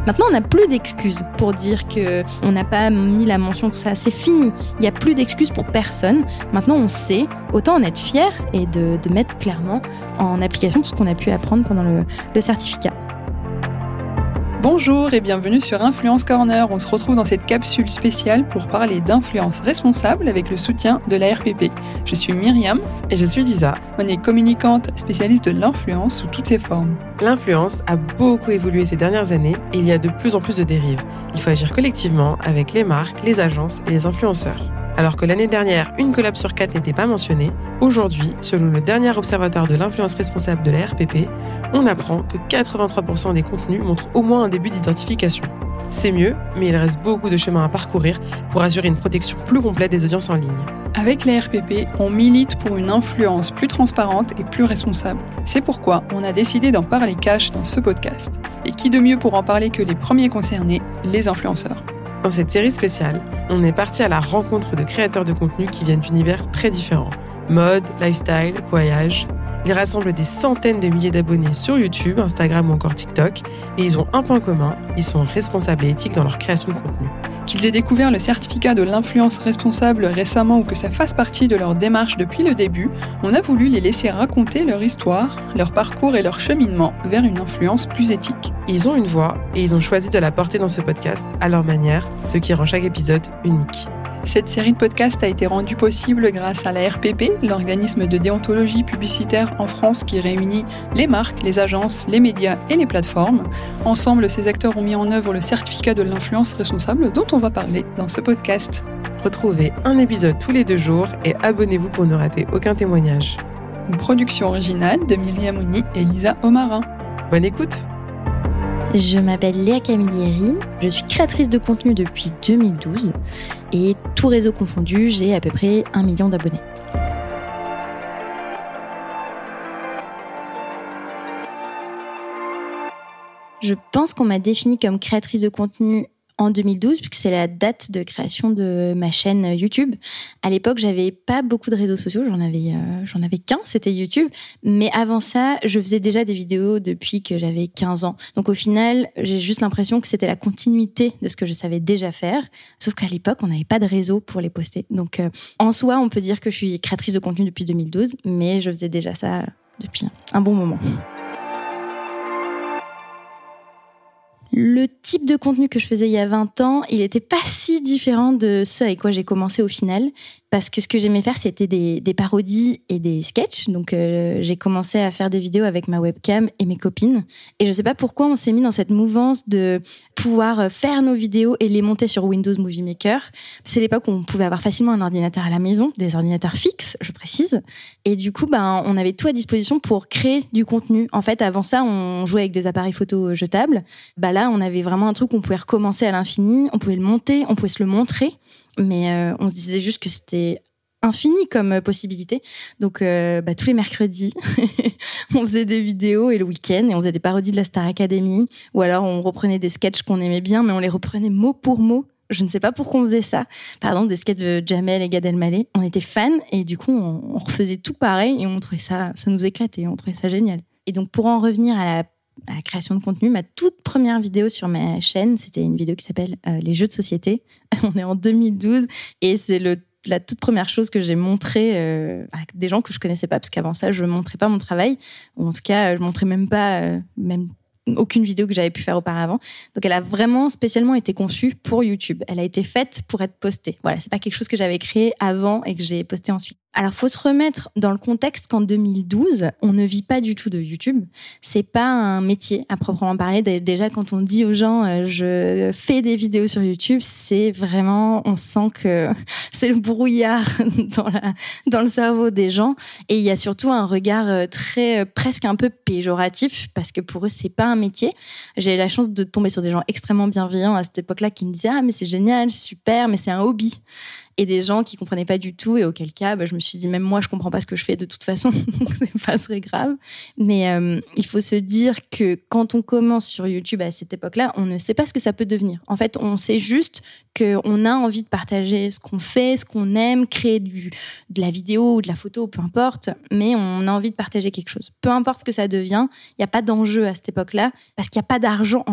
Maintenant, on n'a plus d'excuses pour dire qu'on n'a pas mis la mention, tout ça. C'est fini. Il n'y a plus d'excuses pour personne. Maintenant, on sait. Autant en être fier et de mettre clairement en application tout ce qu'on a pu apprendre pendant le certificat. Bonjour et bienvenue sur Influence Corner. On se retrouve dans cette capsule spéciale pour parler d'influence responsable avec le soutien de la RPP. Je suis Myriam. Et je suis Lisa. On est communicante spécialiste de l'influence sous toutes ses formes. L'influence a beaucoup évolué ces dernières années et il y a de plus en plus de dérives. Il faut agir collectivement avec les marques, les agences et les influenceurs. Alors que l'année dernière, une collab sur 4 n'était pas mentionnée, aujourd'hui, selon le dernier observatoire de l'influence responsable de la RPP, on apprend que 83% des contenus montrent au moins un début d'identification. C'est mieux, mais il reste beaucoup de chemin à parcourir pour assurer une protection plus complète des audiences en ligne. Avec la RPP, on milite pour une influence plus transparente et plus responsable. C'est pourquoi on a décidé d'en parler cash dans ce podcast. Et qui de mieux pour en parler que les premiers concernés, les influenceurs. Dans cette série spéciale, on est parti à la rencontre de créateurs de contenu qui viennent d'univers très différents. Mode, lifestyle, voyage. Ils rassemblent des centaines de milliers d'abonnés sur YouTube, Instagram ou encore TikTok. Et ils ont un point commun, ils sont responsables et éthiques dans leur création de contenu. Qu'ils aient découvert le certificat de l'influence responsable récemment ou que ça fasse partie de leur démarche depuis le début, on a voulu les laisser raconter leur histoire, leur parcours et leur cheminement vers une influence plus éthique. Ils ont une voix et ils ont choisi de la porter dans ce podcast à leur manière, ce qui rend chaque épisode unique. Cette série de podcasts a été rendue possible grâce à la RPP, l'organisme de déontologie publicitaire en France qui réunit les marques, les agences, les médias et les plateformes. Ensemble, ces acteurs ont mis en œuvre le certificat de l'influence responsable dont on va parler dans ce podcast. Retrouvez un épisode tous les 2 jours et abonnez-vous pour ne rater aucun témoignage. Une production originale de Myriam Ouni et Lisa Omarin. Bonne écoute! Je m'appelle Léa Camilleri, je suis créatrice de contenu depuis 2012 et tout réseau confondu, j'ai à peu près 1 million d'abonnés. Je pense qu'on m'a définie comme créatrice de contenu en 2012, puisque c'est la date de création de ma chaîne YouTube. À l'époque, j'avais pas beaucoup de réseaux sociaux, j'en avais qu'un, c'était YouTube. Mais avant ça, je faisais déjà des vidéos depuis que j'avais 15 ans. Donc au final, j'ai juste l'impression que c'était la continuité de ce que je savais déjà faire. Sauf qu'à l'époque, on n'avait pas de réseau pour les poster. Donc en soi, on peut dire que je suis créatrice de contenu depuis 2012, mais je faisais déjà ça depuis un bon moment. Le type de contenu que je faisais il y a 20 ans, il n'était pas si différent de ce avec quoi j'ai commencé au final. Parce que ce que j'aimais faire, c'était des parodies et des sketchs. Donc, j'ai commencé à faire des vidéos avec ma webcam et mes copines. Et je ne sais pas pourquoi on s'est mis dans cette mouvance de pouvoir faire nos vidéos et les monter sur Windows Movie Maker. C'est l'époque où on pouvait avoir facilement un ordinateur à la maison, des ordinateurs fixes, je précise. Et du coup, on avait tout à disposition pour créer du contenu. En fait, avant ça, on jouait avec des appareils photo jetables. Là, on avait vraiment un truc qu'on pouvait recommencer à l'infini. On pouvait le monter, on pouvait se le montrer. Mais on se disait juste que c'était infini comme possibilité. Donc, tous les mercredis, on faisait des vidéos et le week-end, et on faisait des parodies de la Star Academy. Ou alors, on reprenait des sketchs qu'on aimait bien, mais on les reprenait mot pour mot. Je ne sais pas pourquoi on faisait ça. Par exemple, des sketchs de Jamel et Gad Elmaleh. On était fans et du coup, on refaisait tout pareil et on trouvait ça nous éclatait, on trouvait ça génial. Et donc, pour en revenir à la création de contenu, ma toute première vidéo sur ma chaîne, c'était une vidéo qui s'appelle Les jeux de société. On est en 2012 et c'est la toute première chose que j'ai montrée à des gens que je connaissais pas, parce qu'avant ça, je montrais pas mon travail, ou en tout cas, je montrais même pas aucune vidéo que j'avais pu faire auparavant. Donc, elle a vraiment spécialement été conçue pour YouTube. Elle a été faite pour être postée. Voilà, c'est pas quelque chose que j'avais créé avant et que j'ai posté ensuite. Alors, faut se remettre dans le contexte qu'en 2012, on ne vit pas du tout de YouTube. C'est pas un métier à proprement parler. Déjà, quand on dit aux gens, je fais des vidéos sur YouTube, c'est vraiment, on sent que c'est le brouillard dans le cerveau des gens. Et il y a surtout un regard presque un peu péjoratif, parce que pour eux, c'est pas un métier. J'ai eu la chance de tomber sur des gens extrêmement bienveillants à cette époque-là qui me disaient, ah, mais c'est génial, c'est super, mais c'est un hobby. Et des gens qui comprenaient pas du tout, et auquel cas, je me suis dit, même moi, je comprends pas ce que je fais de toute façon, donc c'est pas très grave. Mais il faut se dire que quand on commence sur YouTube à cette époque-là, on ne sait pas ce que ça peut devenir. En fait, on sait juste qu'on a envie de partager ce qu'on fait, ce qu'on aime, créer de la vidéo ou de la photo, peu importe, mais on a envie de partager quelque chose. Peu importe ce que ça devient, il n'y a pas d'enjeu à cette époque-là, parce qu'il n'y a pas d'argent en jeu.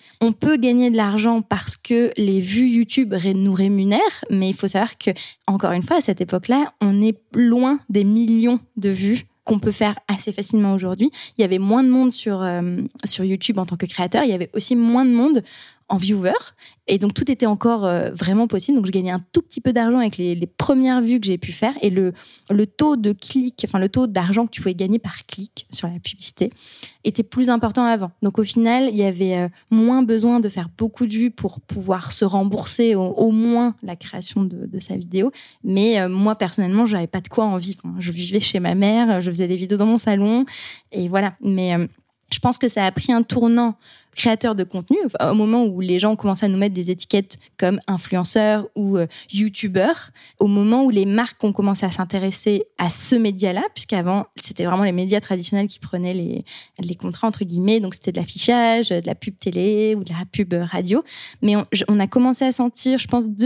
On peut gagner de l'argent parce que les vues YouTube nous rémunèrent, mais il faut savoir que, encore une fois, à cette époque-là, on est loin des millions de vues qu'on peut faire assez facilement aujourd'hui. Il y avait moins de monde sur YouTube en tant que créateur. Il y avait aussi moins de monde en viewer. Et donc, tout était encore vraiment possible. Donc, je gagnais un tout petit peu d'argent avec les premières vues que j'ai pu faire. Et le taux de clic, enfin, le taux d'argent que tu pouvais gagner par clic sur la publicité était plus important avant. Donc, au final, il y avait moins besoin de faire beaucoup de vues pour pouvoir se rembourser au moins la création de sa vidéo. Mais moi, personnellement, je n'avais pas de quoi en vivre. Je vivais chez ma mère, je faisais des vidéos dans mon salon. Et voilà. Mais je pense que ça a pris un tournant créateur de contenu, au moment où les gens ont commencé à nous mettre des étiquettes comme influenceurs ou youtubeurs, au moment où les marques ont commencé à s'intéresser à ce média-là, puisqu'avant, c'était vraiment les médias traditionnels qui prenaient les contrats, entre guillemets, donc c'était de l'affichage, de la pub télé ou de la pub radio. Mais on a commencé à sentir, je pense,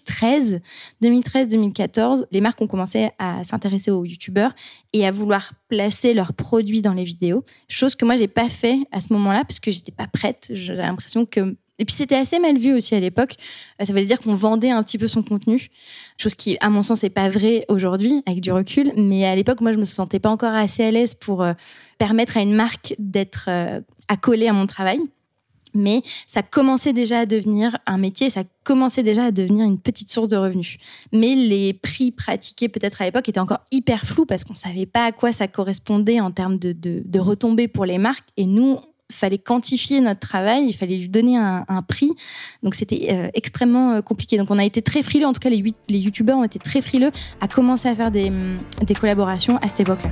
2013-2014, les marques ont commencé à s'intéresser aux youtubeurs et à vouloir placer leurs produits dans les vidéos, chose que moi, j'ai pas fait à ce moment-là, parce que j'étais pas prête. J'ai l'impression que... Et puis, c'était assez mal vu aussi à l'époque. Ça veut dire qu'on vendait un petit peu son contenu, chose qui, à mon sens, n'est pas vraie aujourd'hui, avec du recul. Mais à l'époque, moi, je me sentais pas encore assez à l'aise pour permettre à une marque d'être accolée à mon travail. Mais ça commençait déjà à devenir un métier, ça commençait déjà à devenir une petite source de revenus. Mais les prix pratiqués peut-être à l'époque étaient encore hyper flous parce qu'on ne savait pas à quoi ça correspondait en termes de retombées pour les marques. Et nous, il fallait quantifier notre travail, il fallait lui donner un prix. Donc, c'était extrêmement compliqué. Donc, on a été très frileux, en tout cas, les youtubeurs ont été très frileux à commencer à faire des collaborations à cette époque-là.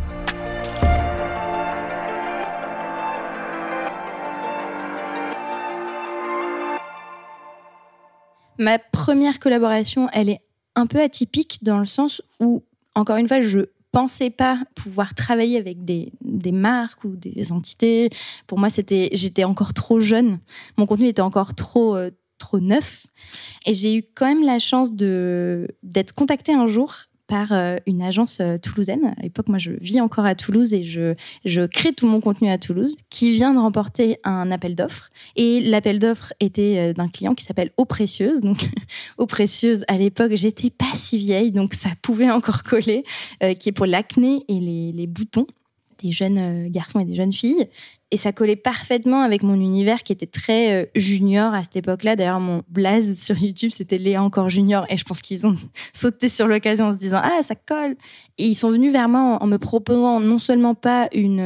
Ma première collaboration, elle est un peu atypique dans le sens où, encore une fois, je pensais pas pouvoir travailler avec des marques ou des entités. Pour moi, j'étais encore trop jeune. Mon contenu était encore trop neuf. Et j'ai eu quand même la chance d'être contactée un jour par une agence toulousaine. À l'époque, moi, je vis encore à Toulouse et je crée tout mon contenu à Toulouse, qui vient de remporter un appel d'offres. Et l'appel d'offres était d'un client qui s'appelle Eau Précieuse. Donc, Eau Précieuse, à l'époque, j'étais pas si vieille, donc ça pouvait encore coller, qui est pour l'acné et les boutons des jeunes garçons et des jeunes filles. Et ça collait parfaitement avec mon univers qui était très junior à cette époque-là. D'ailleurs, mon blaze sur YouTube, c'était Léa encore junior. Et je pense qu'ils ont sauté sur l'occasion en se disant « Ah, ça colle !» Et ils sont venus vers moi en me proposant non seulement pas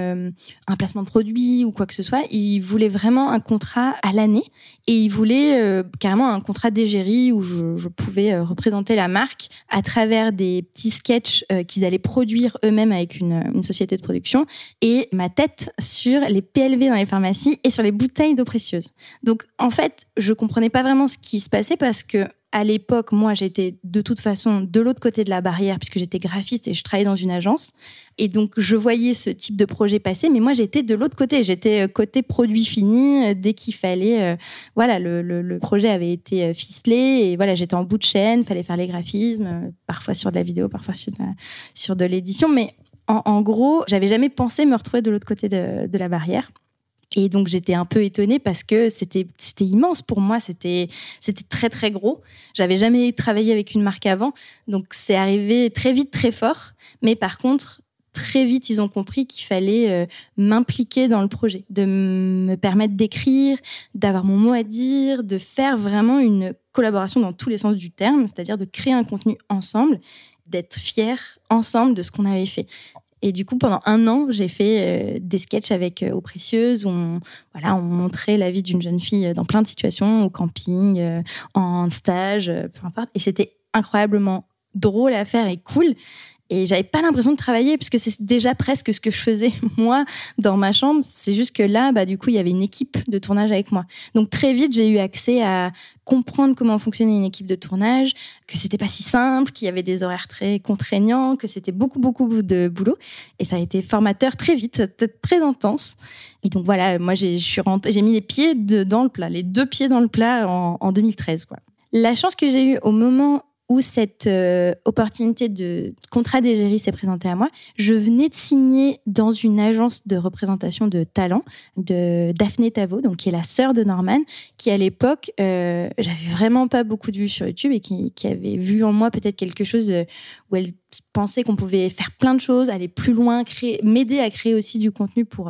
un placement de produit ou quoi que ce soit, ils voulaient vraiment un contrat à l'année. Et ils voulaient carrément un contrat d'égérie où je pouvais représenter la marque à travers des petits sketchs qu'ils allaient produire eux-mêmes avec une société de production. Et ma tête sur les PLV dans les pharmacies et sur les bouteilles d'eau précieuse. Donc, en fait, je comprenais pas vraiment ce qui se passait parce que à l'époque, moi, j'étais de toute façon de l'autre côté de la barrière puisque j'étais graphiste et je travaillais dans une agence. Et donc, je voyais ce type de projet passer, mais moi, j'étais de l'autre côté. J'étais côté produit fini. Dès qu'il fallait, le projet avait été ficelé et voilà, j'étais en bout de chaîne. Il fallait faire les graphismes, parfois sur de la vidéo, parfois sur de l'édition. Mais en gros, j'avais jamais pensé me retrouver de l'autre côté de la barrière. Et donc, j'étais un peu étonnée parce que c'était immense pour moi. C'était très, très gros. J'avais jamais travaillé avec une marque avant. Donc, c'est arrivé très vite, très fort. Mais par contre, très vite, ils ont compris qu'il fallait m'impliquer dans le projet, de me permettre d'écrire, d'avoir mon mot à dire, de faire vraiment une collaboration dans tous les sens du terme, c'est-à-dire de créer un contenu ensemble, d'être fiers ensemble de ce qu'on avait fait. Et du coup, pendant 1 an, j'ai fait des sketchs avec Eau Précieuse où on montrait la vie d'une jeune fille dans plein de situations, au camping, en stage, peu importe. Et c'était incroyablement drôle à faire et cool. Et j'avais pas l'impression de travailler puisque c'est déjà presque ce que je faisais moi dans ma chambre. C'est juste que là, du coup, il y avait une équipe de tournage avec moi. Donc très vite, j'ai eu accès à comprendre comment fonctionnait une équipe de tournage, que c'était pas si simple, qu'il y avait des horaires très contraignants, que c'était beaucoup de boulot. Et ça a été formateur très vite, c'était très intense. Et donc voilà, moi j'ai mis les pieds dans le plat, les 2 pieds dans le plat en 2013, quoi. La chance que j'ai eue au moment où cette opportunité de contrat d'égérie s'est présentée à moi. Je venais de signer dans une agence de représentation de talent de Daphné Tavo, donc qui est la sœur de Norman, qui à l'époque, j'avais vraiment pas beaucoup de vues sur YouTube et qui avait vu en moi peut-être quelque chose où elle pensait qu'on pouvait faire plein de choses, aller plus loin, m'aider à créer aussi du contenu pour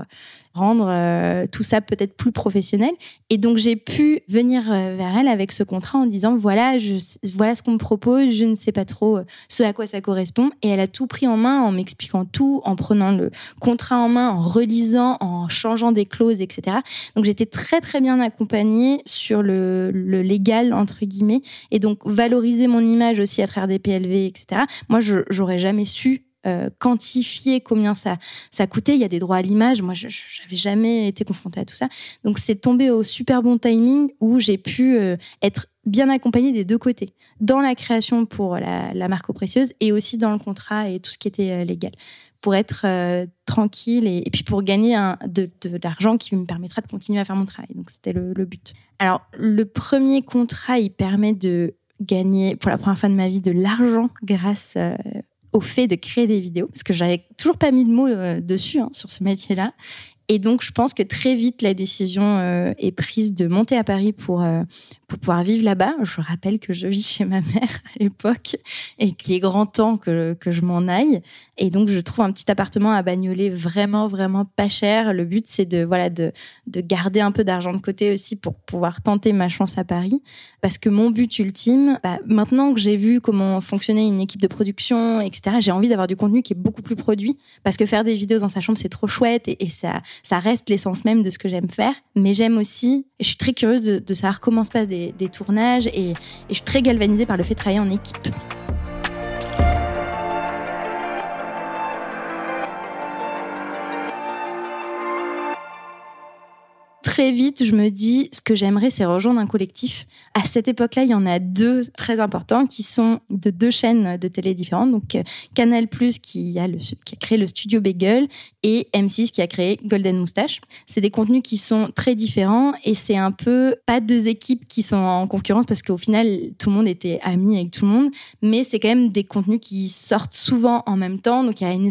rendre tout ça peut-être plus professionnel. Et donc, j'ai pu venir vers elle avec ce contrat en disant, voilà ce qu'on me propose, je ne sais pas trop ce à quoi ça correspond. Et elle a tout pris en main en m'expliquant tout, en prenant le contrat en main, en relisant, en changeant des clauses, etc. Donc, j'étais très, très bien accompagnée sur le légal, entre guillemets, et donc valoriser mon image aussi à travers des PLV, etc. Moi, j'aurais jamais su quantifier combien ça coûtait. Il y a des droits à l'image. Moi, je n'avais jamais été confrontée à tout ça. Donc, c'est tombé au super bon timing où j'ai pu être bien accompagnée des deux côtés, dans la création pour la marque Eaux Précieuses et aussi dans le contrat et tout ce qui était légal, pour être tranquille et puis pour gagner de l'argent qui me permettra de continuer à faire mon travail. Donc, c'était le but. Alors, le premier contrat, il permet de gagner, pour la première fois de ma vie, de l'argent grâce au fait de créer des vidéos, parce que j'avais toujours pas mis de mots dessus sur ce métier-là. Et donc, je pense que très vite, la décision est prise de monter à Paris pour pouvoir vivre là-bas. Je rappelle que je vis chez ma mère à l'époque et qu'il est grand temps que je m'en aille. Et donc, je trouve un petit appartement à Bagnolet vraiment, vraiment pas cher. Le but, c'est de garder un peu d'argent de côté aussi pour pouvoir tenter ma chance à Paris. Parce que mon but ultime, maintenant que j'ai vu comment fonctionnait une équipe de production, etc., j'ai envie d'avoir du contenu qui est beaucoup plus produit. Parce que faire des vidéos dans sa chambre, c'est trop chouette et ça reste l'essence même de ce que j'aime faire. Mais j'aime aussi, je suis très curieuse de savoir comment se passent des tournages et je suis très galvanisée par le fait de travailler en équipe. Très vite, je me dis, ce que j'aimerais, c'est rejoindre un collectif. À cette époque-là, il y en a deux très importants qui sont de deux chaînes de télé différentes. Donc, Canal+, qui a créé le studio Bagel, et M6 qui a créé Golden Moustache. C'est des contenus qui sont très différents et c'est un peu pas deux équipes qui sont en concurrence parce qu'au final, tout le monde était ami avec tout le monde, mais c'est quand même des contenus qui sortent souvent en même temps. Donc, il y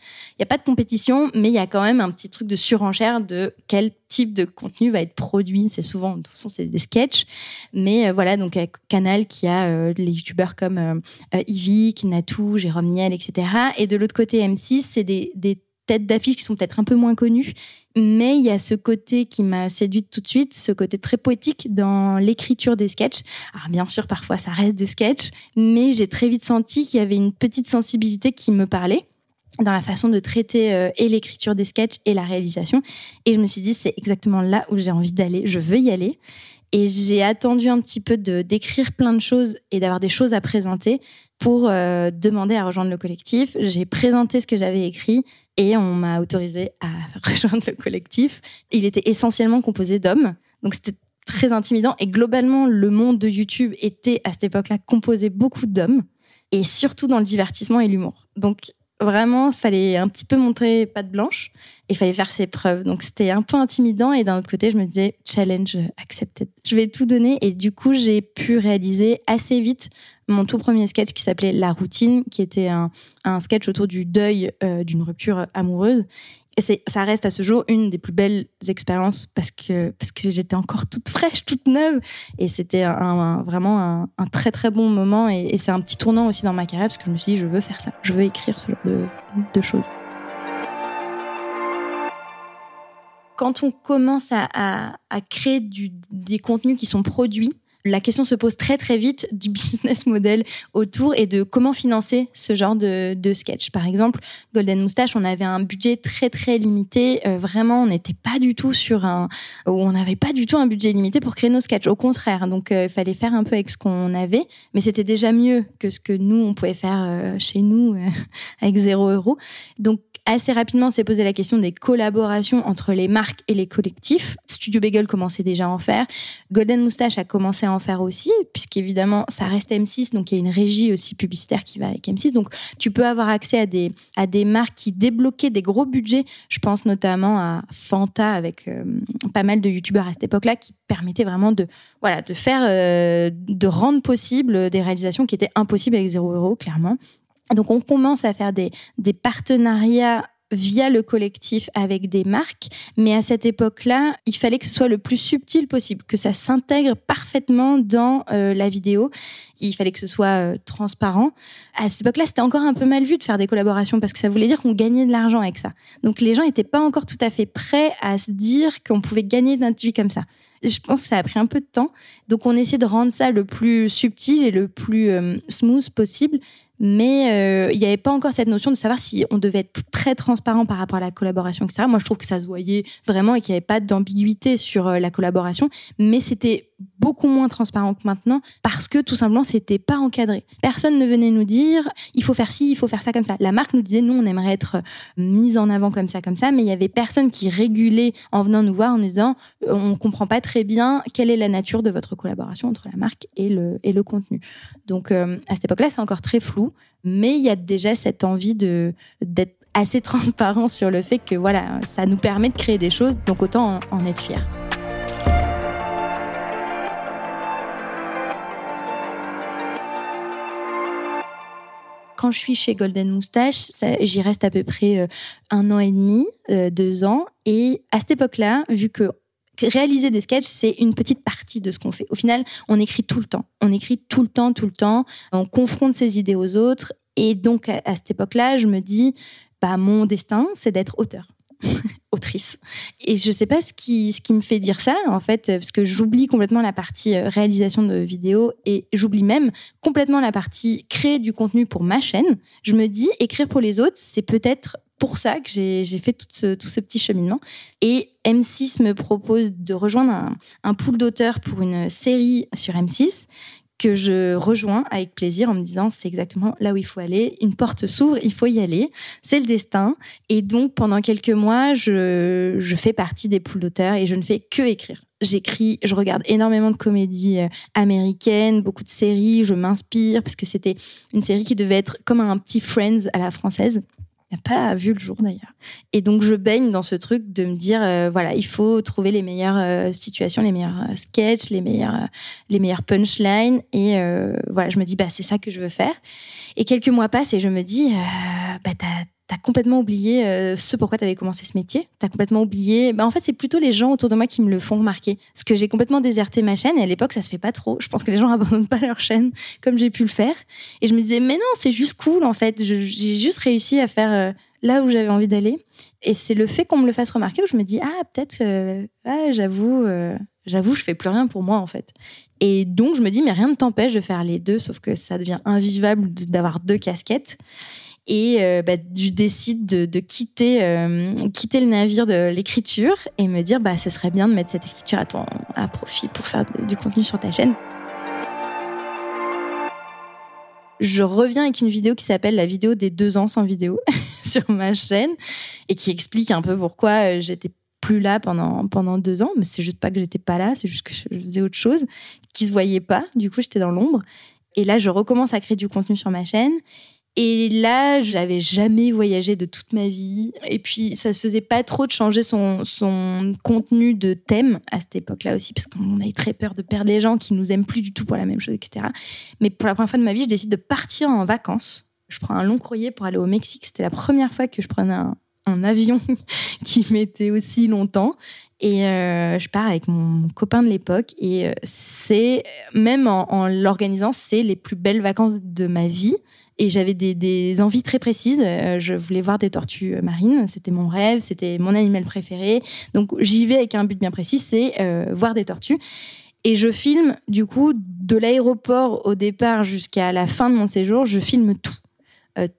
a pas de compétition, mais il y a quand même un petit truc de surenchère de quel type de contenu va être produit. C'est souvent, de toute façon, c'est des sketchs. Mais voilà, donc avec Canal qui a les youtubeurs comme Yvick, Natou, Jérôme Niel, etc. Et de l'autre côté, M6, c'est des têtes d'affiche qui sont peut-être un peu moins connues. Mais il y a ce côté qui m'a séduite tout de suite, ce côté très poétique dans l'écriture des sketchs. Alors bien sûr, parfois, ça reste de sketch, mais j'ai très vite senti qu'il y avait une petite sensibilité qui me parlait dans la façon de traiter et l'écriture des sketchs et la réalisation. Et je me suis dit, c'est exactement là où j'ai envie d'aller. Je veux y aller. Et j'ai attendu un petit peu d'écrire plein de choses et d'avoir des choses à présenter pour demander à rejoindre le collectif. J'ai présenté ce que j'avais écrit et on m'a autorisé à rejoindre le collectif. Il était essentiellement composé d'hommes. Donc, c'était très intimidant. Et globalement, le monde de YouTube était, à cette époque-là, composé beaucoup d'hommes. Et surtout dans le divertissement et l'humour. Donc, vraiment, il fallait un petit peu montrer patte blanche et il fallait faire ses preuves. Donc, c'était un peu intimidant. Et d'un autre côté, je me disais, challenge accepted. Je vais tout donner. Et du coup, j'ai pu réaliser assez vite mon tout premier sketch qui s'appelait La Routine, qui était un sketch autour du deuil d'une rupture amoureuse. Et ça reste à ce jour une des plus belles expériences parce que j'étais encore toute fraîche, toute neuve. Et c'était vraiment un très, très bon moment. Et c'est un petit tournant aussi dans ma carrière parce que je me suis dit, je veux faire ça. Je veux écrire ce genre de choses. Quand on commence à créer des contenus qui sont produits, la question se pose très très vite du business model autour et de comment financer ce genre de sketch. Par exemple, Golden Moustache, on avait un budget très très limité. Vraiment, on n'était pas du tout on n'avait pas du tout un budget limité pour créer nos sketchs. Au contraire, donc il fallait faire un peu avec ce qu'on avait, mais c'était déjà mieux que ce que nous on pouvait faire chez nous avec 0 €. Donc Assez rapidement, on s'est posé la question des collaborations entre les marques et les collectifs. Studio Bagel commençait déjà à en faire. Golden Moustache a commencé à en faire aussi, puisqu'évidemment, ça reste M6, donc il y a une régie aussi publicitaire qui va avec M6. Donc, tu peux avoir accès à des marques qui débloquaient des gros budgets. Je pense notamment à Fanta, avec pas mal de youtubeurs à cette époque-là, qui permettaient vraiment de rendre possible des réalisations qui étaient impossibles avec 0 €, clairement. Donc, on commence à faire des partenariats via le collectif avec des marques, mais à cette époque-là, il fallait que ce soit le plus subtil possible, que ça s'intègre parfaitement dans la vidéo. Il fallait que ce soit transparent. À cette époque-là, c'était encore un peu mal vu de faire des collaborations parce que ça voulait dire qu'on gagnait de l'argent avec ça. Donc, les gens n'étaient pas encore tout à fait prêts à se dire qu'on pouvait gagner d'un tweet comme ça. Je pense que ça a pris un peu de temps. Donc, on essaie de rendre ça le plus subtil et le plus smooth possible. Mais il n'y avait pas encore cette notion de savoir si on devait être très transparent par rapport à la collaboration, etc. Moi, je trouve que ça se voyait vraiment et qu'il n'y avait pas d'ambiguïté sur la collaboration. Mais c'était beaucoup moins transparent que maintenant parce que tout simplement, c'était pas encadré. Personne ne venait nous dire il faut faire ci, il faut faire ça comme ça. La marque nous disait nous, on aimerait être mise en avant comme ça, mais il y avait personne qui régulait en venant nous voir en nous disant on comprend pas très bien quelle est la nature de votre collaboration entre la marque et le contenu. Donc, à cette époque-là, c'est encore très flou, mais il y a déjà cette envie d'être assez transparent sur le fait que voilà, ça nous permet de créer des choses, donc autant en être fier. Quand je suis chez Golden Moustache, j'y reste à peu près 1 an et demi, 2 ans. Et à cette époque-là, vu que réaliser des sketchs, c'est une petite partie de ce qu'on fait. Au final, on écrit tout le temps. On écrit tout le temps. On confronte ses idées aux autres. Et donc, à cette époque-là, je me dis, mon destin, c'est d'être auteur. Autrice. Et je sais pas ce qui me fait dire ça, en fait, parce que j'oublie complètement la partie réalisation de vidéos et j'oublie même complètement la partie créer du contenu pour ma chaîne. Je me dis, écrire pour les autres, c'est peut-être pour ça que j'ai fait tout ce petit cheminement. Et M6 me propose de rejoindre un pool d'auteurs pour une série sur M6 que je rejoins avec plaisir en me disant c'est exactement là où il faut aller, une porte s'ouvre, il faut y aller, c'est le destin. Et donc pendant quelques mois, je fais partie des pools d'auteurs et je ne fais que écrire. J'écris, je regarde énormément de comédies américaines, beaucoup de séries, je m'inspire parce que c'était une série qui devait être comme un petit Friends à la française. Il n'a pas vu le jour d'ailleurs. Et donc je baigne dans ce truc de me dire voilà, il faut trouver les meilleures situations, les meilleurs sketchs, les meilleures punchlines. Et voilà, je me dis c'est ça que je veux faire. Et quelques mois passent et je me dis t'as complètement oublié ce pourquoi t'avais commencé ce métier. T'as complètement oublié. En fait, c'est plutôt les gens autour de moi qui me le font remarquer. Parce que j'ai complètement déserté ma chaîne et à l'époque, ça se fait pas trop. Je pense que les gens abandonnent pas leur chaîne comme j'ai pu le faire. Et je me disais, mais non, c'est juste cool en fait. J'ai juste réussi à faire là où j'avais envie d'aller. Et c'est le fait qu'on me le fasse remarquer où je me dis, peut-être, j'avoue, je fais plus rien pour moi en fait. Et donc, je me dis, mais rien ne t'empêche de faire les deux, sauf que ça devient invivable d'avoir 2 casquettes. Et je décide de quitter le navire de l'écriture et me dire ce serait bien de mettre cette écriture à profit pour faire du contenu sur ta chaîne. Je reviens avec une vidéo qui s'appelle la vidéo des 2 ans sans vidéo sur ma chaîne et qui explique un peu pourquoi j'étais plus là pendant 2 ans. Mais c'est juste pas que j'étais pas là, c'est juste que je faisais autre chose qui se voyait pas. Du coup, j'étais dans l'ombre. Et là, je recommence à créer du contenu sur ma chaîne. Et là, j'avais jamais voyagé de toute ma vie. Et puis, ça se faisait pas trop de changer son contenu de thème à cette époque-là aussi, parce qu'on avait très peur de perdre les gens qui nous aiment plus du tout pour la même chose, etc. Mais pour la première fois de ma vie, je décide de partir en vacances. Je prends un long courrier pour aller au Mexique. C'était la première fois que je prenais un avion qui mettait aussi longtemps. Et je pars avec mon copain de l'époque. Et c'est, même en l'organisant, c'est les plus belles vacances de ma vie. Et j'avais des envies très précises. Je voulais voir des tortues marines. C'était mon rêve, c'était mon animal préféré. Donc, j'y vais avec un but bien précis, c'est voir des tortues. Et je filme, du coup, de l'aéroport au départ jusqu'à la fin de mon séjour, je filme tout.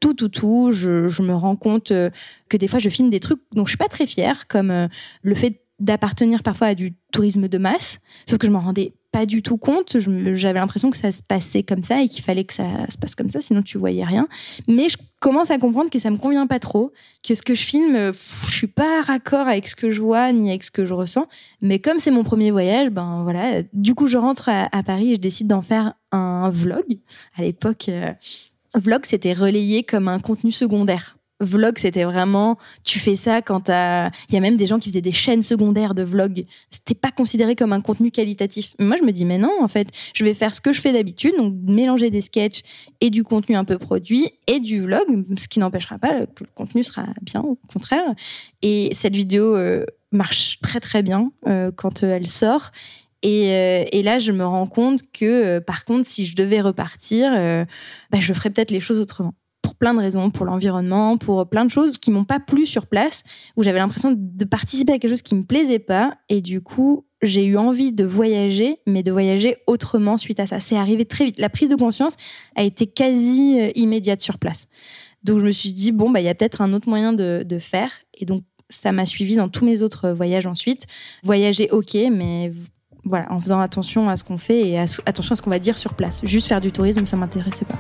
Tout. Je me rends compte que des fois, je filme des trucs dont je suis pas très fière, comme le fait d'appartenir parfois à du tourisme de masse, sauf que je m'en rendais pas du tout compte. J'avais l'impression que ça se passait comme ça et qu'il fallait que ça se passe comme ça, sinon tu voyais rien. Mais je commence à comprendre que ça me convient pas trop, que ce que je filme, je suis pas raccord avec ce que je vois ni avec ce que je ressens. Mais comme c'est mon premier voyage, ben voilà. Du coup, je rentre à Paris et je décide d'en faire un vlog. À l'époque, vlog, c'était relayé comme un contenu secondaire. Vlog, c'était vraiment, tu fais ça quand il y a même des gens qui faisaient des chaînes secondaires de vlog. C'était pas considéré comme un contenu qualitatif. Mais moi, je me dis, mais non, en fait, je vais faire ce que je fais d'habitude, donc mélanger des sketchs et du contenu un peu produit et du vlog, ce qui n'empêchera pas que le contenu sera bien, au contraire. Et cette vidéo marche très, très bien quand elle sort. Et là, je me rends compte que, par contre, si je devais repartir, je ferais peut-être les choses autrement. Pour plein de raisons, pour l'environnement, pour plein de choses qui m'ont pas plu sur place, où j'avais l'impression de participer à quelque chose qui me plaisait pas. Et du coup, j'ai eu envie de voyager, mais de voyager autrement suite à ça. C'est arrivé très vite. La prise de conscience a été quasi immédiate sur place. Donc, je me suis dit, il y a peut-être un autre moyen de faire. Et donc, ça m'a suivi dans tous mes autres voyages ensuite. Voyager, ok, mais voilà, en faisant attention à ce qu'on fait et attention à ce qu'on va dire sur place. Juste faire du tourisme, ça m'intéressait pas.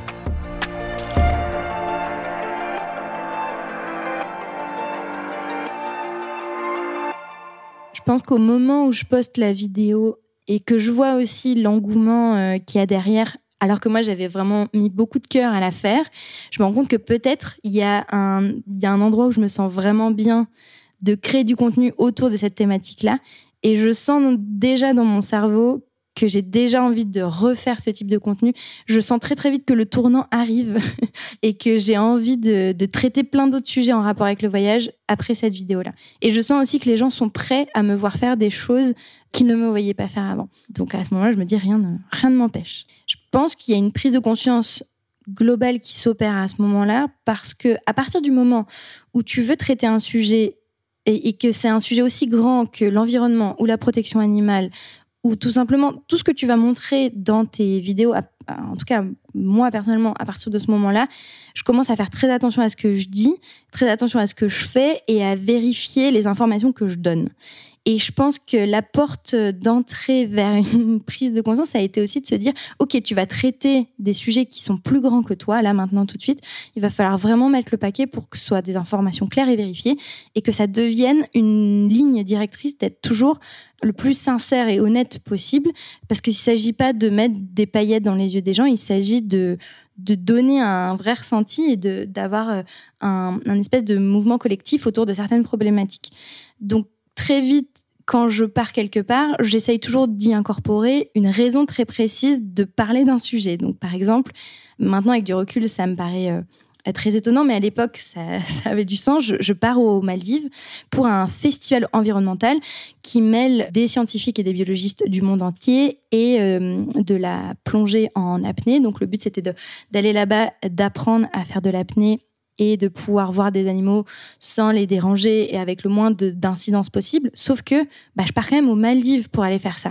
Je pense qu'au moment où je poste la vidéo et que je vois aussi l'engouement qu'il y a derrière, alors que moi j'avais vraiment mis beaucoup de cœur à la faire, je me rends compte que peut-être il y a un endroit où je me sens vraiment bien de créer du contenu autour de cette thématique-là. Et je sens déjà dans mon cerveau que j'ai déjà envie de refaire ce type de contenu. Je sens très très vite que le tournant arrive et que j'ai envie de traiter plein d'autres sujets en rapport avec le voyage après cette vidéo-là. Et je sens aussi que les gens sont prêts à me voir faire des choses qu'ils ne me voyaient pas faire avant. Donc à ce moment-là, je me dis rien ne m'empêche. Je pense qu'il y a une prise de conscience globale qui s'opère à ce moment-là parce que à partir du moment où tu veux traiter un sujet et que c'est un sujet aussi grand que l'environnement ou la protection animale ou tout simplement tout ce que tu vas montrer dans tes vidéos, en tout cas moi personnellement, à partir de ce moment-là, je commence à faire très attention à ce que je dis, très attention à ce que je fais et à vérifier les informations que je donne. Et je pense que la porte d'entrée vers une prise de conscience, ça a été aussi de se dire, ok, tu vas traiter des sujets qui sont plus grands que toi, là, maintenant, tout de suite. Il va falloir vraiment mettre le paquet pour que ce soit des informations claires et vérifiées et que ça devienne une ligne directrice d'être toujours le plus sincère et honnête possible. Parce qu'il ne s'agit pas de mettre des paillettes dans les yeux des gens, il s'agit de donner un vrai ressenti et d'avoir un espèce de mouvement collectif autour de certaines problématiques. Donc, très vite, quand je pars quelque part, j'essaye toujours d'y incorporer une raison très précise de parler d'un sujet. Donc, par exemple, maintenant, avec du recul, ça me paraît très étonnant, mais à l'époque, ça avait du sens. Je pars aux Maldives pour un festival environnemental qui mêle des scientifiques et des biologistes du monde entier et de la plongée en apnée. Donc, le but, c'était d'aller là-bas, d'apprendre à faire de l'apnée et de pouvoir voir des animaux sans les déranger et avec le moins d'incidence possible. Sauf que je pars quand même aux Maldives pour aller faire ça.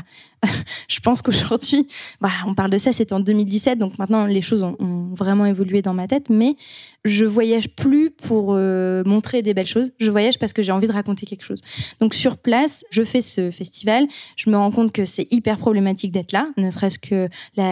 Je pense qu'aujourd'hui, on parle de ça, c'était en 2017, donc maintenant les choses ont vraiment évolué dans ma tête, mais je voyage plus pour montrer des belles choses, je voyage parce que j'ai envie de raconter quelque chose. Donc sur place, je fais ce festival, je me rends compte que c'est hyper problématique d'être là, ne serait-ce que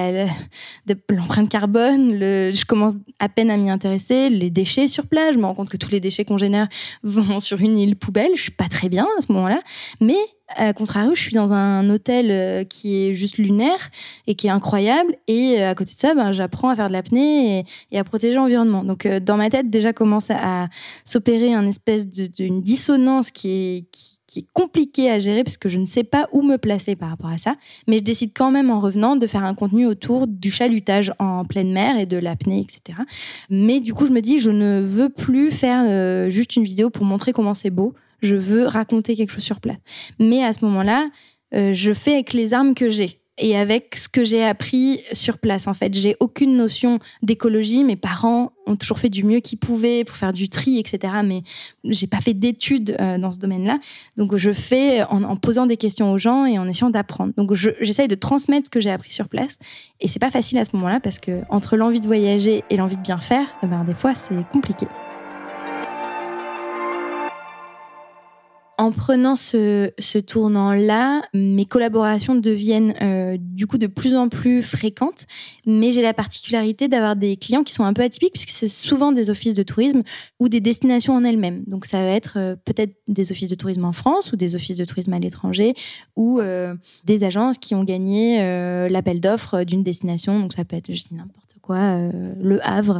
l'empreinte carbone, je commence à peine à m'y intéresser, les déchets sur place, je me rends compte que tous les déchets qu'on génère vont sur une île poubelle, je suis pas très bien à ce moment-là, mais à contrario, je suis dans un hôtel qui est juste lunaire et qui est incroyable. Et à côté de ça, j'apprends à faire de l'apnée et à protéger l'environnement. Donc, dans ma tête, déjà commence à s'opérer une espèce d'une dissonance qui est compliquée à gérer parce que je ne sais pas où me placer par rapport à ça. Mais je décide quand même en revenant de faire un contenu autour du chalutage en pleine mer et de l'apnée, etc. Mais du coup, je me dis, je ne veux plus faire juste une vidéo pour montrer comment c'est beau. Je veux raconter quelque chose sur place. Mais à ce moment-là, je fais avec les armes que j'ai et avec ce que j'ai appris sur place. En fait, j'ai aucune notion d'écologie. Mes parents ont toujours fait du mieux qu'ils pouvaient pour faire du tri, etc. Mais j'ai pas fait d'études dans ce domaine-là. Donc, je fais en posant des questions aux gens et en essayant d'apprendre. Donc, j'essaye de transmettre ce que j'ai appris sur place. Et c'est pas facile à ce moment-là parce que entre l'envie de voyager et l'envie de bien faire, des fois, c'est compliqué. En prenant ce tournant-là, mes collaborations deviennent du coup de plus en plus fréquentes, mais j'ai la particularité d'avoir des clients qui sont un peu atypiques puisque c'est souvent des offices de tourisme ou des destinations en elles-mêmes. Donc ça va être peut-être des offices de tourisme en France ou des offices de tourisme à l'étranger ou des agences qui ont gagné l'appel d'offres d'une destination. Donc ça peut être, je dis n'importe quoi, Le Havre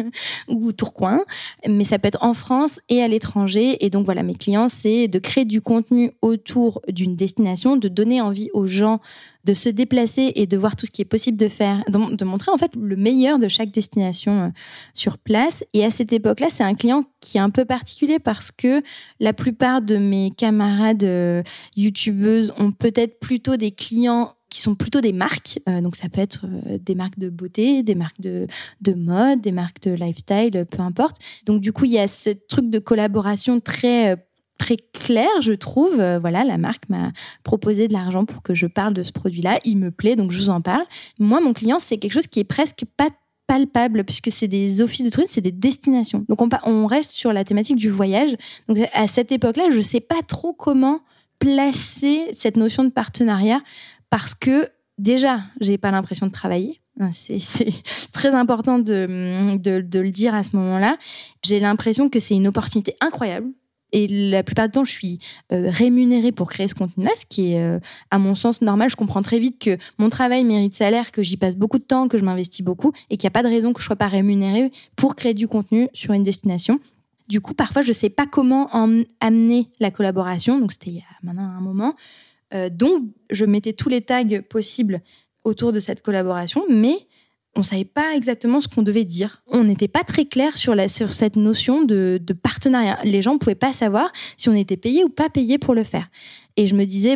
ou Tourcoing, mais ça peut être en France et à l'étranger. Et donc voilà, mes clients, c'est de créer du contenu autour d'une destination, de donner envie aux gens de se déplacer et de voir tout ce qui est possible de faire, de montrer en fait le meilleur de chaque destination sur place. Et à cette époque-là, c'est un client qui est un peu particulier parce que la plupart de mes camarades youtubeuses ont peut-être plutôt des clients qui sont plutôt des marques. Donc, ça peut être des marques de beauté, des marques de mode, des marques de lifestyle, peu importe. Donc, du coup, il y a ce truc de collaboration très clair, je trouve. Voilà, la marque m'a proposé de l'argent pour que je parle de ce produit-là. Il me plaît, donc je vous en parle. Moi, mon client, c'est quelque chose qui est presque pas palpable puisque c'est des offices de tourisme, c'est des destinations. Donc, on reste sur la thématique du voyage. Donc, à cette époque-là, je sais pas trop comment placer cette notion de partenariat parce que déjà, j'ai pas l'impression de travailler. C'est très important de le dire à ce moment-là. J'ai l'impression que c'est une opportunité incroyable. Et la plupart du temps, je suis rémunérée pour créer ce contenu-là, ce qui est, à mon sens, normal. Je comprends très vite que mon travail mérite salaire, que j'y passe beaucoup de temps, que je m'investis beaucoup et qu'il n'y a pas de raison que je ne sois pas rémunérée pour créer du contenu sur une destination. Du coup, parfois, je ne sais pas comment amener la collaboration. Donc, c'était il y a maintenant un moment. Donc, je mettais tous les tags possibles autour de cette collaboration, mais on ne savait pas exactement ce qu'on devait dire. On n'était pas très clair sur cette notion de partenariat. Les gens ne pouvaient pas savoir si on était payé ou pas payé pour le faire. Et je me disais,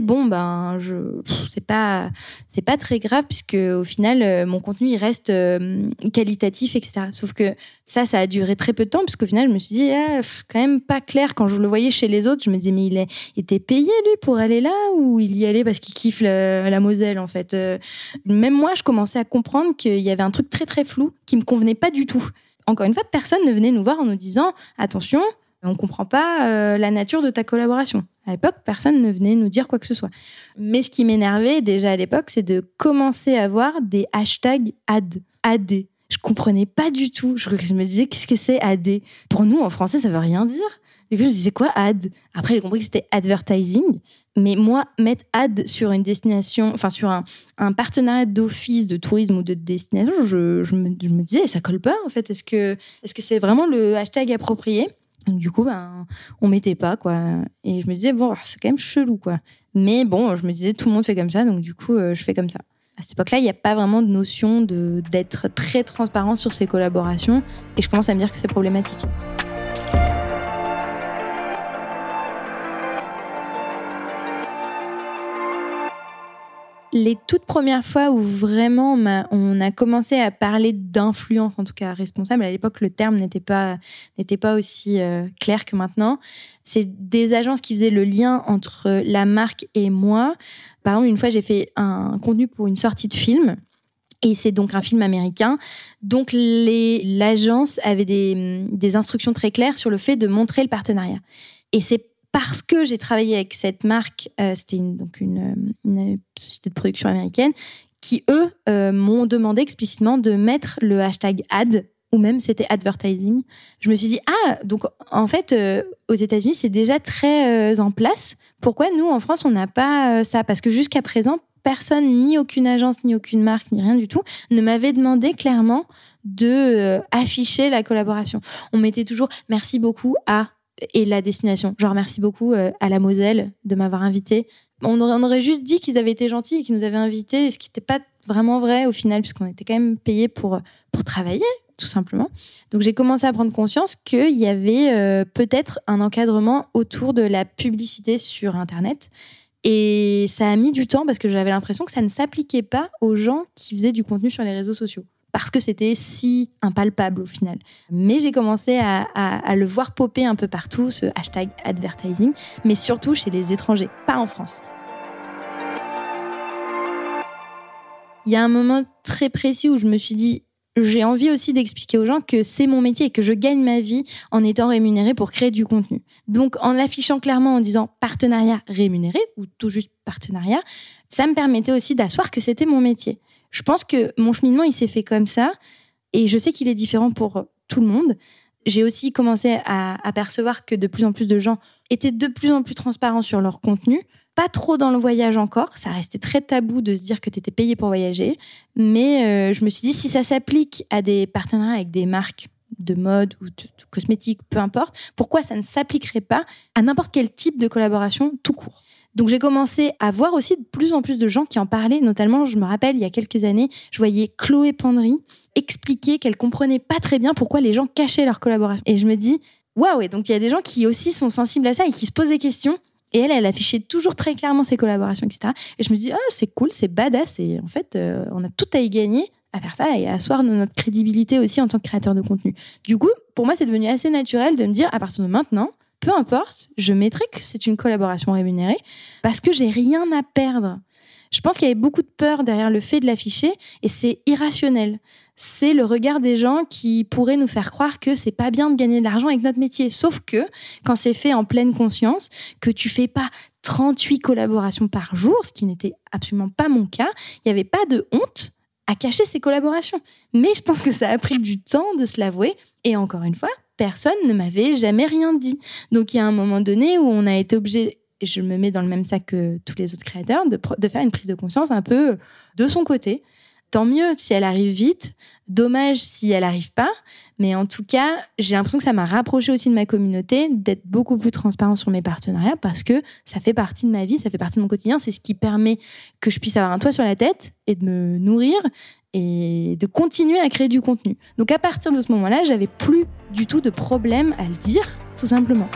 c'est pas très grave puisque au final, mon contenu, il reste qualitatif, etc. Sauf que ça a duré très peu de temps puisqu'au final, je me suis dit, quand même pas clair. Quand je le voyais chez les autres, je me disais, mais il était payé, lui, pour aller là ou il y allait parce qu'il kiffe la Moselle, en fait. Même moi, je commençais à comprendre qu'il y avait un truc très, très flou qui me convenait pas du tout. Encore une fois, personne ne venait nous voir en nous disant, attention, on ne comprend pas la nature de ta collaboration. À l'époque, personne ne venait nous dire quoi que ce soit. Mais ce qui m'énervait déjà à l'époque, c'est de commencer à voir des hashtags AD. Je comprenais pas du tout. Je me disais, qu'est-ce que c'est AD ? Pour nous, en français, ça veut rien dire. Du coup, je disais, quoi AD ? Après, j'ai compris que c'était advertising. Mais moi, mettre ad sur une destination, enfin sur un partenariat d'office, de tourisme ou de destination, je me disais, ça colle pas en fait. Est-ce que c'est vraiment le hashtag approprié ? Donc, du coup, on mettait pas, quoi. Et je me disais, bon, c'est quand même chelou, quoi. Mais bon, je me disais, tout le monde fait comme ça, donc du coup, je fais comme ça. À cette époque-là, il n'y a pas vraiment de notion d'être très transparent sur ses collaborations. Et je commence à me dire que c'est problématique. Les toutes premières fois où vraiment on a commencé à parler d'influence, en tout cas responsable, à l'époque le terme n'était pas aussi clair que maintenant, c'est des agences qui faisaient le lien entre la marque et moi. Par exemple, une fois j'ai fait un contenu pour une sortie de film, et c'est donc un film américain. Donc l'agence avait des instructions très claires sur le fait de montrer le partenariat. Et c'est parce que j'ai travaillé avec cette marque, c'était une société de production américaine, qui, eux, m'ont demandé explicitement de mettre le hashtag ad, ou même c'était advertising. Je me suis dit, donc en fait, aux États-Unis, c'est déjà très en place. Pourquoi nous, en France, on n'a pas ça ? Parce que jusqu'à présent, personne, ni aucune agence, ni aucune marque, ni rien du tout, ne m'avait demandé clairement de afficher la collaboration. On mettait toujours « merci beaucoup à » et la destination. Genre, merci beaucoup à la Moselle de m'avoir invité. On aurait juste dit qu'ils avaient été gentils et qu'ils nous avaient invités, ce qui n'était pas vraiment vrai au final, puisqu'on était quand même payés pour travailler, tout simplement. Donc, j'ai commencé à prendre conscience qu'il y avait peut-être un encadrement autour de la publicité sur Internet. Et ça a mis du temps parce que j'avais l'impression que ça ne s'appliquait pas aux gens qui faisaient du contenu sur les réseaux sociaux. Parce que c'était si impalpable au final. Mais j'ai commencé à le voir popper un peu partout, ce hashtag advertising, mais surtout chez les étrangers, pas en France. Il y a un moment très précis où je me suis dit, j'ai envie aussi d'expliquer aux gens que c'est mon métier et que je gagne ma vie en étant rémunérée pour créer du contenu. Donc, en l'affichant clairement en disant partenariat rémunéré ou tout juste partenariat, ça me permettait aussi d'asseoir que c'était mon métier. Je pense que mon cheminement, il s'est fait comme ça et je sais qu'il est différent pour tout le monde. J'ai aussi commencé à apercevoir que de plus en plus de gens étaient de plus en plus transparents sur leur contenu. Pas trop dans le voyage encore, ça restait très tabou de se dire que tu étais payé pour voyager, mais je me suis dit, si ça s'applique à des partenariats avec des marques de mode ou de cosmétiques, peu importe, pourquoi ça ne s'appliquerait pas à n'importe quel type de collaboration tout court. Donc j'ai commencé à voir aussi de plus en plus de gens qui en parlaient, notamment, je me rappelle, il y a quelques années, je voyais Chloé Pandry expliquer qu'elle comprenait pas très bien pourquoi les gens cachaient leur collaboration. Et je me dis, waouh, et donc il y a des gens qui aussi sont sensibles à ça et qui se posent des questions. Et elle affichait toujours très clairement ses collaborations, etc. Et je me dis, c'est cool, c'est badass. Et en fait, on a tout à y gagner à faire ça et à asseoir notre crédibilité aussi en tant que créateur de contenu. Du coup, pour moi, c'est devenu assez naturel de me dire, à partir de maintenant, peu importe, je mettrai que c'est une collaboration rémunérée parce que j'ai rien à perdre. Je pense qu'il y avait beaucoup de peur derrière le fait de l'afficher et c'est irrationnel. C'est le regard des gens qui pourraient nous faire croire que c'est pas bien de gagner de l'argent avec notre métier. Sauf que, quand c'est fait en pleine conscience, que tu fais pas 38 collaborations par jour, ce qui n'était absolument pas mon cas, il n'y avait pas de honte à cacher ces collaborations. Mais je pense que ça a pris du temps de se l'avouer. Et encore une fois, personne ne m'avait jamais rien dit. Donc il y a un moment donné où on a été obligé, et je me mets dans le même sac que tous les autres créateurs, de faire une prise de conscience un peu de son côté. Tant mieux si elle arrive vite, dommage si elle n'arrive pas, mais en tout cas, j'ai l'impression que ça m'a rapproché aussi de ma communauté, d'être beaucoup plus transparent sur mes partenariats parce que ça fait partie de ma vie, ça fait partie de mon quotidien, c'est ce qui permet que je puisse avoir un toit sur la tête et de me nourrir et de continuer à créer du contenu. Donc à partir de ce moment-là, j'avais plus du tout de problème à le dire, tout simplement.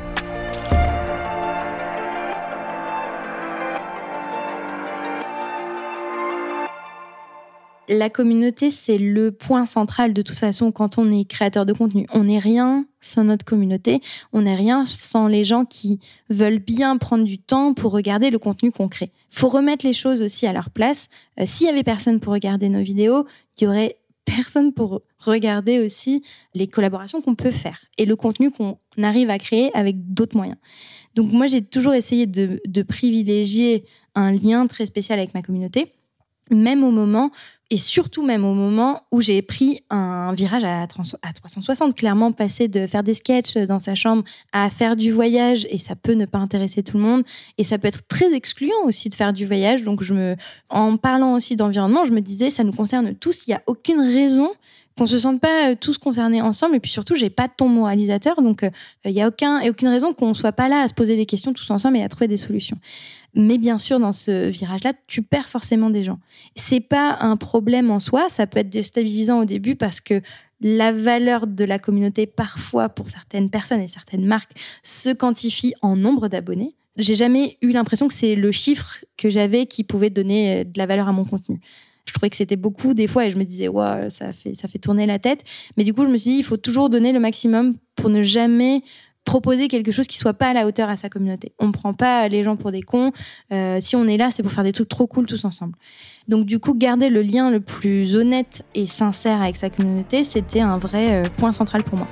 La communauté, c'est le point central de toute façon quand on est créateur de contenu. On n'est rien sans notre communauté, on n'est rien sans les gens qui veulent bien prendre du temps pour regarder le contenu qu'on crée. Il faut remettre les choses aussi à leur place. S'il y avait personne pour regarder nos vidéos, il y aurait personne pour regarder aussi les collaborations qu'on peut faire et le contenu qu'on arrive à créer avec d'autres moyens. Donc moi, j'ai toujours essayé de privilégier un lien très spécial avec ma communauté, même au moment, et surtout même au moment où j'ai pris un virage à 360, clairement passer de faire des sketchs dans sa chambre à faire du voyage, et ça peut ne pas intéresser tout le monde, et ça peut être très excluant aussi de faire du voyage. Donc en parlant aussi d'environnement, je me disais, ça nous concerne tous, il n'y a aucune raison qu'on se sente pas tous concernés ensemble, et puis surtout, j'ai pas de ton moralisateur, donc il y a aucune raison qu'on soit pas là à se poser des questions tous ensemble et à trouver des solutions. Mais bien sûr, dans ce virage-là, tu perds forcément des gens. C'est pas un problème en soi, ça peut être déstabilisant au début parce que la valeur de la communauté, parfois, pour certaines personnes et certaines marques, se quantifie en nombre d'abonnés. J'ai jamais eu l'impression que c'est le chiffre que j'avais qui pouvait donner de la valeur à mon contenu. Je trouvais que c'était beaucoup des fois et je me disais, ouais, ça fait tourner la tête. Mais du coup, je me suis dit, il faut toujours donner le maximum pour ne jamais proposer quelque chose qui soit pas à la hauteur à sa communauté. On ne prend pas les gens pour des cons. Si on est là, c'est pour faire des trucs trop cool tous ensemble. Donc du coup, garder le lien le plus honnête et sincère avec sa communauté, c'était un vrai point central pour moi.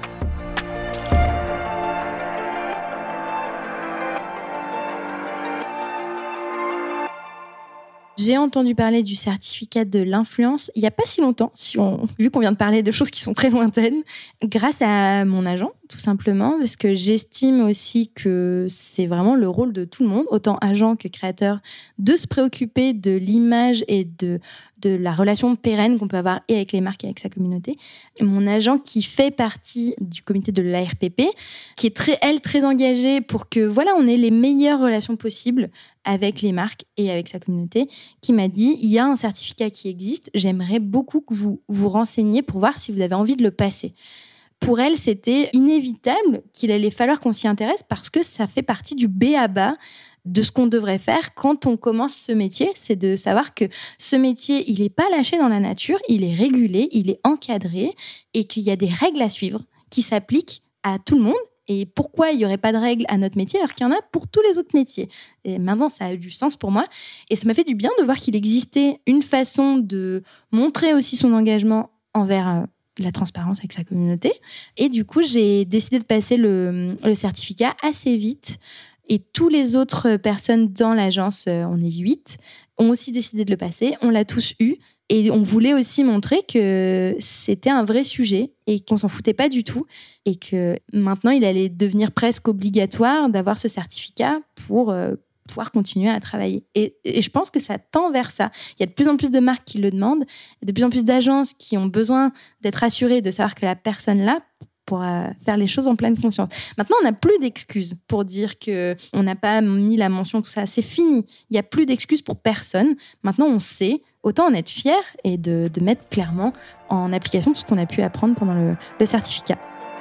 J'ai entendu parler du certificat de l'influence il n'y a pas si longtemps, vu qu'on vient de parler de choses qui sont très lointaines, grâce à mon agent, tout simplement, parce que j'estime aussi que c'est vraiment le rôle de tout le monde, autant agent que créateur, de se préoccuper de l'image et de la relation pérenne qu'on peut avoir et avec les marques et avec sa communauté. Et mon agent, qui fait partie du comité de l'ARPP, qui est très engagée pour que on ait les meilleures relations possibles avec les marques et avec sa communauté, qui m'a dit, il y a un certificat qui existe, j'aimerais beaucoup que vous vous renseigniez pour voir si vous avez envie de le passer. Pour elle, c'était inévitable qu'il allait falloir qu'on s'y intéresse parce que ça fait partie du b.a.-ba de ce qu'on devrait faire quand on commence ce métier, c'est de savoir que ce métier, il n'est pas lâché dans la nature, il est régulé, il est encadré et qu'il y a des règles à suivre qui s'appliquent à tout le monde. Et pourquoi il n'y aurait pas de règles à notre métier alors qu'il y en a pour tous les autres métiers? Et maintenant, ça a du sens pour moi. Et ça m'a fait du bien de voir qu'il existait une façon de montrer aussi son engagement envers la transparence avec sa communauté. Et du coup, j'ai décidé de passer le certificat assez vite. Et tous les autres personnes dans l'agence, on est 8, ont aussi décidé de le passer. On l'a tous eu. Et on voulait aussi montrer que c'était un vrai sujet et qu'on s'en foutait pas du tout. Et que maintenant, il allait devenir presque obligatoire d'avoir ce certificat pour pouvoir continuer à travailler. Et je pense que ça tend vers ça. Il y a de plus en plus de marques qui le demandent, de plus en plus d'agences qui ont besoin d'être assurées de savoir que la personne-là pourra faire les choses en pleine conscience. Maintenant, on n'a plus d'excuses pour dire qu'on n'a pas mis la mention, tout ça. C'est fini. Il n'y a plus d'excuses pour personne. Maintenant, on sait. Autant en être fier et de mettre clairement en application tout ce qu'on a pu apprendre pendant le certificat.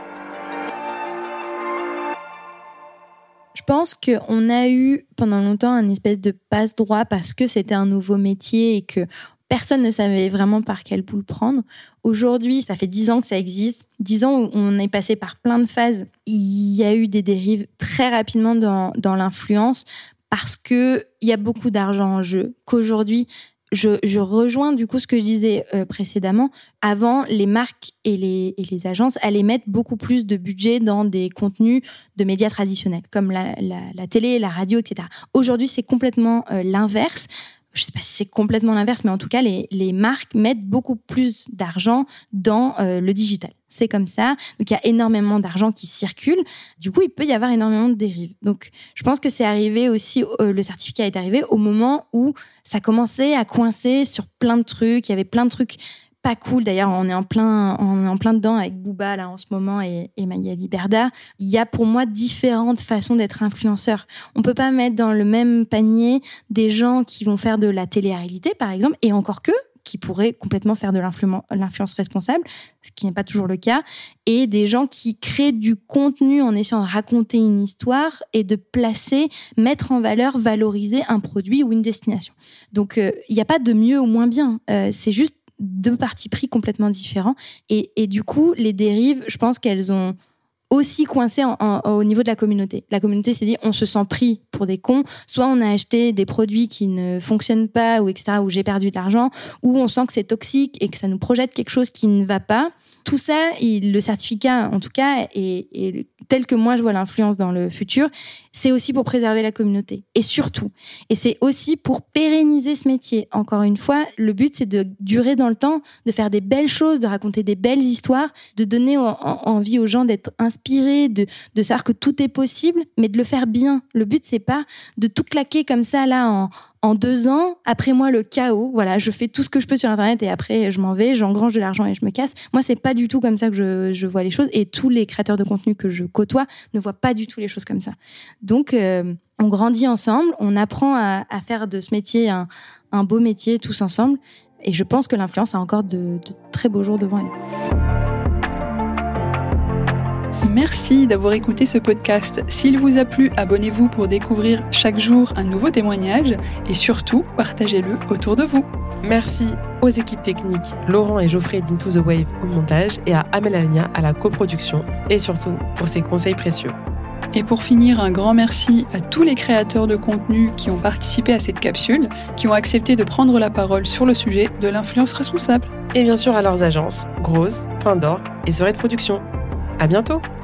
Je pense qu'on a eu pendant longtemps un espèce de passe-droit parce que c'était un nouveau métier et que personne ne savait vraiment par quel bout le prendre. Aujourd'hui, ça fait 10 ans que ça existe. 10 ans où on est passé par plein de phases. Il y a eu des dérives très rapidement dans l'influence parce qu'il y a beaucoup d'argent en jeu. Qu'aujourd'hui, je rejoins du coup ce que je disais précédemment. Avant, les marques et les agences allaient mettre beaucoup plus de budget dans des contenus de médias traditionnels, comme la télé, la radio, etc. Aujourd'hui, c'est complètement l'inverse. Je ne sais pas si c'est complètement l'inverse, mais en tout cas, les marques mettent beaucoup plus d'argent dans le digital. C'est comme ça. Donc, il y a énormément d'argent qui circule. Du coup, il peut y avoir énormément de dérives. Donc, je pense que c'est arrivé aussi, le certificat est arrivé au moment où ça commençait à coincer sur plein de trucs. Il y avait plein de trucs pas cool. D'ailleurs, on est en plein dedans avec Booba, là, en ce moment, et Magali Berda. Il y a, pour moi, différentes façons d'être influenceur. On peut pas mettre dans le même panier des gens qui vont faire de la télé-réalité, par exemple, et encore que, qui pourraient complètement faire de l'influence responsable, ce qui n'est pas toujours le cas, et des gens qui créent du contenu en essayant de raconter une histoire et de placer, mettre en valeur, valoriser un produit ou une destination. Donc, il n'y a pas de mieux ou moins bien. C'est juste deux partis pris complètement différents. Et du coup, les dérives, je pense qu'elles ont aussi coincé au niveau de la communauté. La communauté s'est dit, on se sent pris pour des cons. Soit on a acheté des produits qui ne fonctionnent pas, ou etc., où j'ai perdu de l'argent, ou on sent que c'est toxique et que ça nous projette quelque chose qui ne va pas. Tout ça, le certificat, en tout cas, et tel que moi je vois l'influence dans le futur, c'est aussi pour préserver la communauté. Et surtout, et c'est aussi pour pérenniser ce métier. Encore une fois, le but, c'est de durer dans le temps, de faire des belles choses, de raconter des belles histoires, de donner envie aux gens d'être inspirés, de savoir que tout est possible, mais de le faire bien. Le but, c'est pas de tout claquer comme ça, là, en 2 ans, après moi, le chaos. Voilà, je fais tout ce que je peux sur Internet et après, je m'en vais, j'engrange de l'argent et je me casse. Moi, c'est pas du tout comme ça que je vois les choses, et tous les créateurs de contenu que je côtoie ne voient pas du tout les choses comme ça. Donc, on grandit ensemble, on apprend à faire de ce métier un beau métier tous ensemble, et je pense que l'influence a encore de très beaux jours devant elle. Merci d'avoir écouté ce podcast. S'il vous a plu, abonnez-vous pour découvrir chaque jour un nouveau témoignage, et surtout, partagez-le autour de vous. Merci aux équipes techniques Laurent et Geoffrey d'Into the Wave au montage et à Amel Almia à la coproduction, et surtout pour ses conseils précieux. Et pour finir, un grand merci à tous les créateurs de contenu qui ont participé à cette capsule, qui ont accepté de prendre la parole sur le sujet de l'influence responsable. Et bien sûr à leurs agences, Grosse, Point d'Or et Sorette Production. À bientôt!